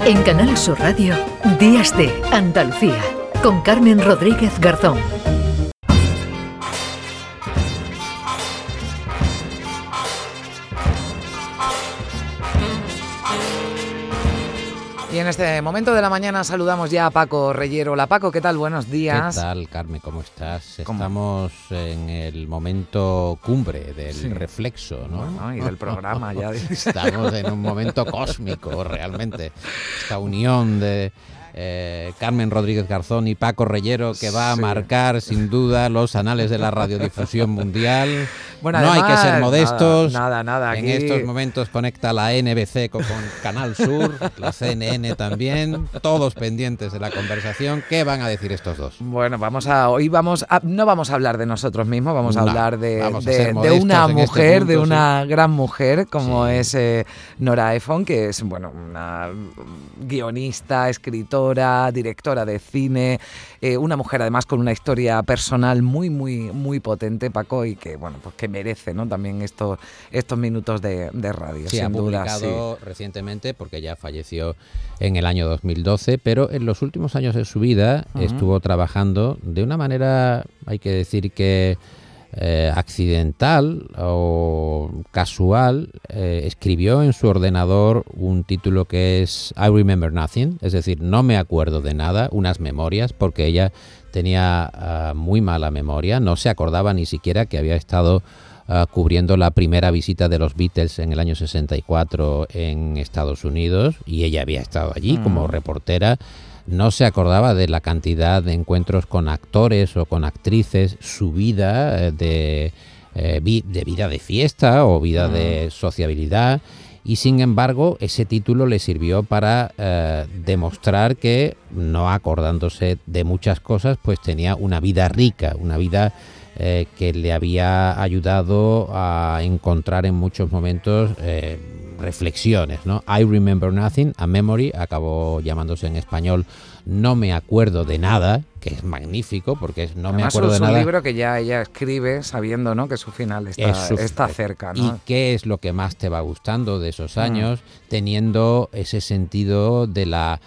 En Canal Sur Radio, Días de Andalucía, con Carmen Rodríguez Garzón. Y en este momento de la mañana saludamos ya a Paco Reyero. Hola Paco, ¿qué tal? Buenos días. ¿Qué tal, Carmen? ¿Cómo estás? Estamos en el momento cumbre del reflexo, ¿no? Bueno, y del programa ya. Estamos en un momento cósmico, realmente. Esta unión de Carmen Rodríguez Garzón y Paco Reyero que va a marcar sin duda los anales de la radiodifusión mundial. Bueno, no además, hay que ser modestos. Nada. En estos momentos conecta la NBC con Canal Sur, la CNN también, todos pendientes de la conversación. ¿Qué van a decir estos dos? Bueno, no vamos a hablar de nosotros mismos, vamos a hablar de una mujer, de una gran mujer como es Nora Ephron, que es una guionista, escritora, directora de cine, una mujer además con una historia personal muy, muy, muy potente, Paco, y que pues que merece, ¿no?, también estos minutos de radio. Sí, sin ha publicado recientemente, porque ya falleció en el año 2012, pero en los últimos años de su vida estuvo trabajando de una manera, hay que decir que accidental o casual. Escribió en su ordenador un título que es I Remember Nothing, es decir, no me acuerdo de nada, unas memorias, porque ella tenía muy mala memoria, no se acordaba ni siquiera que había estado cubriendo la primera visita de los Beatles en el año 64 en Estados Unidos, y ella había estado allí como reportera. No se acordaba de la cantidad de encuentros con actores o con actrices, su vida de vida de fiesta o vida de sociabilidad, y sin embargo ese título le sirvió para demostrar que, no acordándose de muchas cosas, pues tenía una vida rica, una vida que le había ayudado a encontrar en muchos momentos reflexiones, ¿no? I Remember Nothing, a Memory, acabó llamándose en español No me acuerdo de nada, que es magnífico porque es No me acuerdo de nada. Es un libro que ya ella escribe sabiendo, ¿no?, que su final está cerca, ¿no? ¿Y qué es lo que más te va gustando de esos años? Teniendo ese sentido de la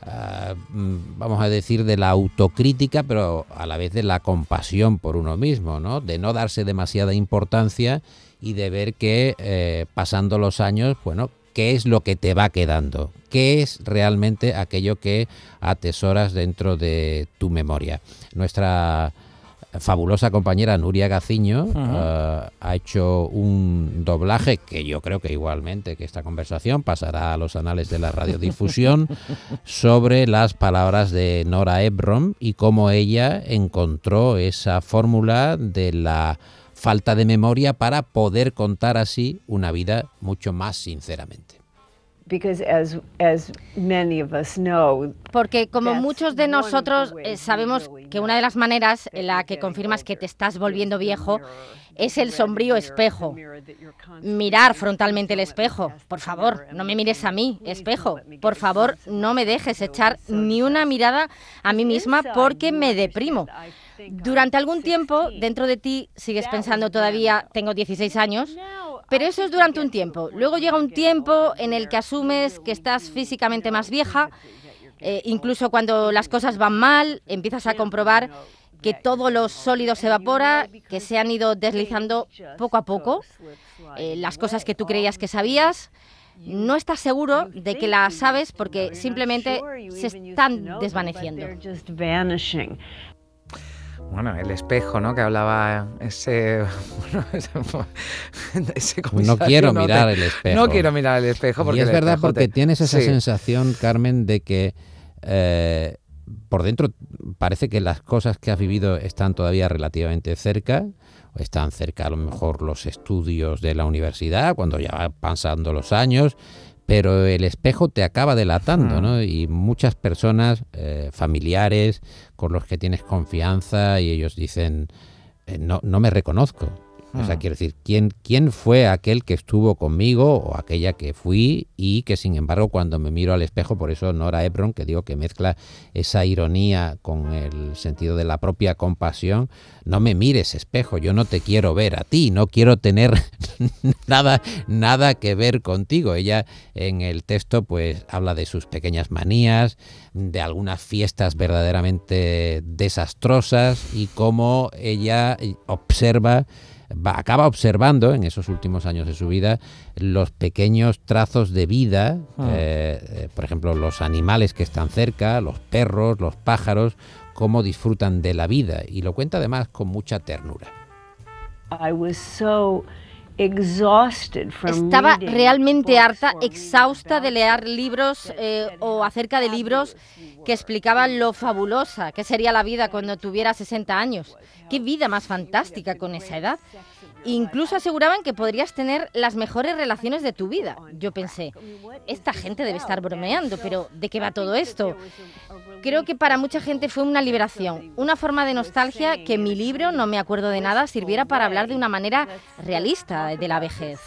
vamos a decir, de la autocrítica, pero a la vez de la compasión por uno mismo, ¿no? De no darse demasiada importancia y de ver que pasando los años, ¿qué es lo que te va quedando? ¿Qué es realmente aquello que atesoras dentro de tu memoria? Nuestra fabulosa compañera Nuria Gaciño ha hecho un doblaje que yo creo que igualmente que esta conversación pasará a los anales de la radiodifusión sobre las palabras de Nora Ephron y cómo ella encontró esa fórmula de la falta de memoria para poder contar así una vida mucho más sinceramente. Porque como muchos de nosotros sabemos que una de las maneras en la que confirmas que te estás volviendo viejo es el sombrío espejo. Mirar frontalmente el espejo. Por favor, no me mires a mí, espejo. Por favor, no me dejes echar ni una mirada a mí misma porque me deprimo. Durante algún tiempo, dentro de ti sigues pensando todavía, tengo 16 años, pero eso es durante un tiempo. Luego llega un tiempo en el que asumes que estás físicamente más vieja, incluso cuando las cosas van mal, empiezas a comprobar que todo lo sólido se evapora, que se han ido deslizando poco a poco, las cosas que tú creías que sabías. No estás seguro de que las sabes porque simplemente se están desvaneciendo. Bueno, el espejo, ¿no?, que hablaba ese no quiero mirar el espejo. No quiero mirar el espejo. Porque y es verdad, porque tienes esa sensación, Carmen, de que por dentro parece que las cosas que has vivido están todavía relativamente cerca, o están cerca a lo mejor los estudios de la universidad, cuando ya van pasando los años, pero el espejo te acaba delatando, ¿no? Y muchas personas, familiares, con los que tienes confianza, y ellos dicen, no me reconozco. O sea, quiero decir, ¿quién fue aquel que estuvo conmigo o aquella que fui y que, sin embargo, cuando me miro al espejo, por eso Nora Ephron, que digo que mezcla esa ironía con el sentido de la propia compasión, no me mires, espejo, yo no te quiero ver a ti, no quiero tener nada que ver contigo. Ella en el texto pues habla de sus pequeñas manías, de algunas fiestas verdaderamente desastrosas y cómo ella acaba observando en esos últimos años de su vida los pequeños trazos de vida, por ejemplo, los animales que están cerca, los perros, los pájaros, cómo disfrutan de la vida, y lo cuenta además con mucha ternura. Estaba realmente harta, exhausta de leer libros o acerca de libros que explicaban lo fabulosa que sería la vida cuando tuviera 60 años. ¡Qué vida más fantástica con esa edad! Incluso aseguraban que podrías tener las mejores relaciones de tu vida. Yo pensé, esta gente debe estar bromeando, pero ¿de qué va todo esto? Creo que para mucha gente fue una liberación, una forma de nostalgia que mi libro, No me acuerdo de nada, sirviera para hablar de una manera realista de la vejez.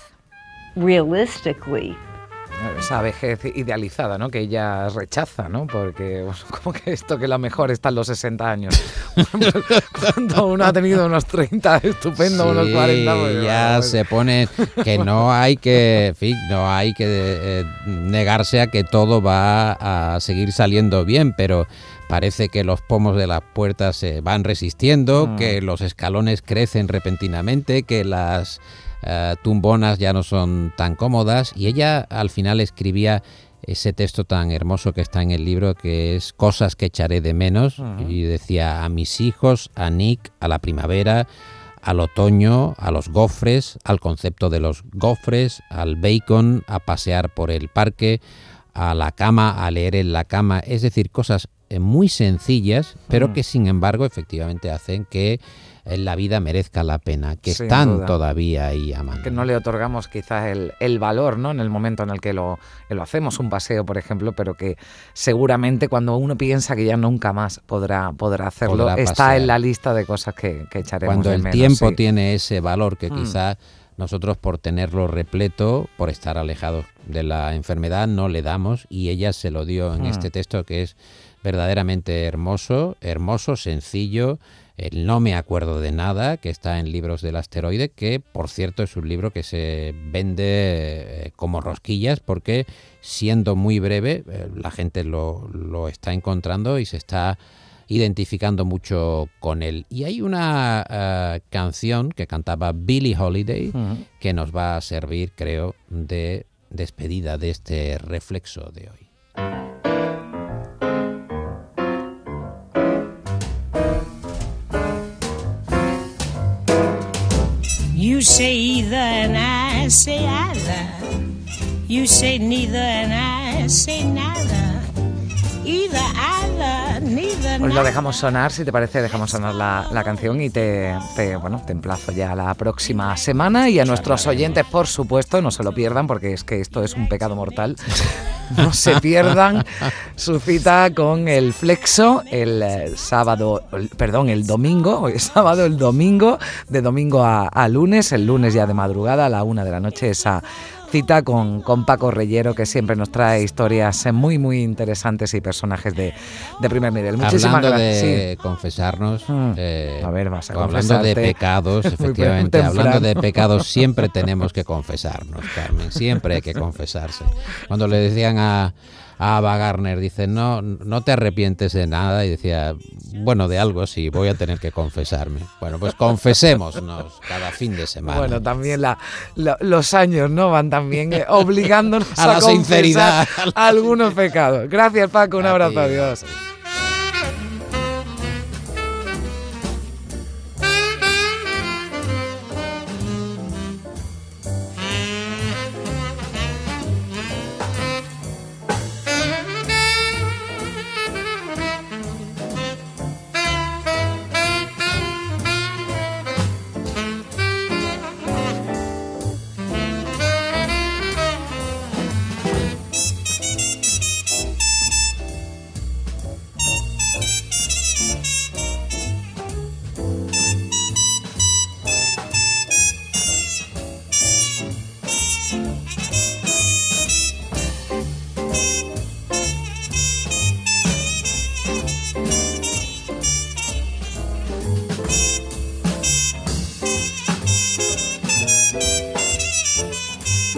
Esa vejez idealizada, ¿no? Que ella rechaza, ¿no? Porque, bueno, como que esto que la mejor está en los 60 años. Cuando uno ha tenido unos 30, estupendo, sí, unos 40. Pues, ya bueno, se pone que no hay que, en fin, no hay que negarse a que todo va a seguir saliendo bien, pero parece que los pomos de las puertas se van resistiendo, que los escalones crecen repentinamente, que las tumbonas ya no son tan cómodas, y ella al final escribía ese texto tan hermoso que está en el libro, que es Cosas que echaré de menos, y decía: a mis hijos, a Nick, a la primavera, al otoño, a los gofres, al concepto de los gofres, al bacon, a pasear por el parque, a la cama, a leer en la cama, es decir, cosas muy sencillas, pero que sin embargo efectivamente hacen que la vida merezca la pena, que sin están duda todavía ahí amando. Que no le otorgamos quizás el valor, ¿no? En el momento en el que lo hacemos, un paseo, por ejemplo, pero que seguramente cuando uno piensa que ya nunca más podrá hacerlo, está en la lista de cosas que echaremos cuando de menos. Cuando el tiempo tiene ese valor que quizás nosotros, por tenerlo repleto, por estar alejados de la enfermedad, no le damos, y ella se lo dio en este texto, que es verdaderamente hermoso, sencillo. El No me acuerdo de nada, que está en Libros del Asteroide, que por cierto es un libro que se vende como rosquillas, porque siendo muy breve la gente lo está encontrando y se está identificando mucho con él. Y hay una canción que cantaba Billie Holiday que nos va a servir, creo, de despedida de este reflexo de hoy. You say either and I say either. You say neither and I say neither. Either, either, neither. Pues lo dejamos sonar, si te parece, dejamos sonar la canción y te emplazo ya a la próxima semana, y a nuestros oyentes, por supuesto, no se lo pierdan, porque es que esto es un pecado mortal. No se pierdan su cita con el Flexo el domingo, hoy es sábado, el domingo, de domingo a lunes, el lunes ya de madrugada a la 1 de la noche, esa cita con Paco Reyero, que siempre nos trae historias muy, muy interesantes y personajes de primer nivel. Muchísimas gracias. Hablando de confesarnos, a ver, vas a hablando de pecados, efectivamente, hablando de pecados, siempre tenemos que confesarnos, Carmen, siempre hay que confesarse. Cuando le decían a Ava Gardner, dice, no te arrepientes de nada, y decía, bueno, de algo sí, voy a tener que confesarme. Bueno, pues confesémonos cada fin de semana. Bueno, también los años, ¿no? Van también obligándonos a la sinceridad, algunos pecados. Gracias, Paco, un abrazo, adiós.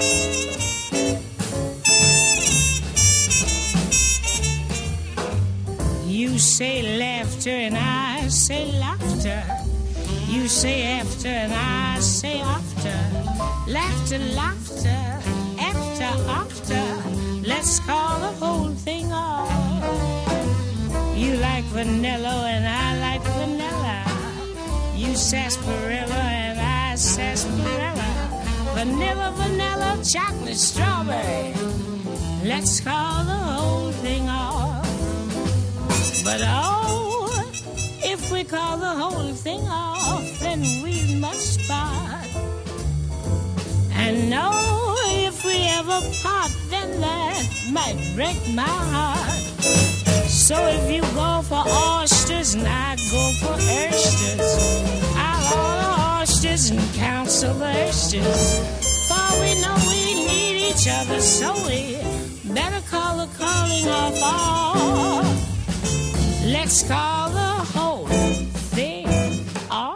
You say laughter and I say laughter. You say after and I say after. Laughter, laughter, after. Let's call the whole thing off. You like vanilla and I like vanilla. You sarsaparilla and I sarsaparilla. Vanilla, vanilla, chocolate, strawberry. Let's call the whole thing off. But oh, if we call the whole thing off, then we must part. And no, if we ever part, then that might break my heart. So if you go for oysters and I go for oysters, I'll order oysters and counsel the oysters. For we know we need each other, so we better call the calling off all. Let's call the whole thing off.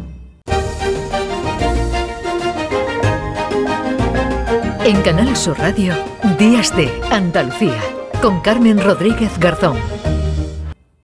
En Canal Sur Radio, Días de Andalucía, con Carmen Rodríguez Garzón.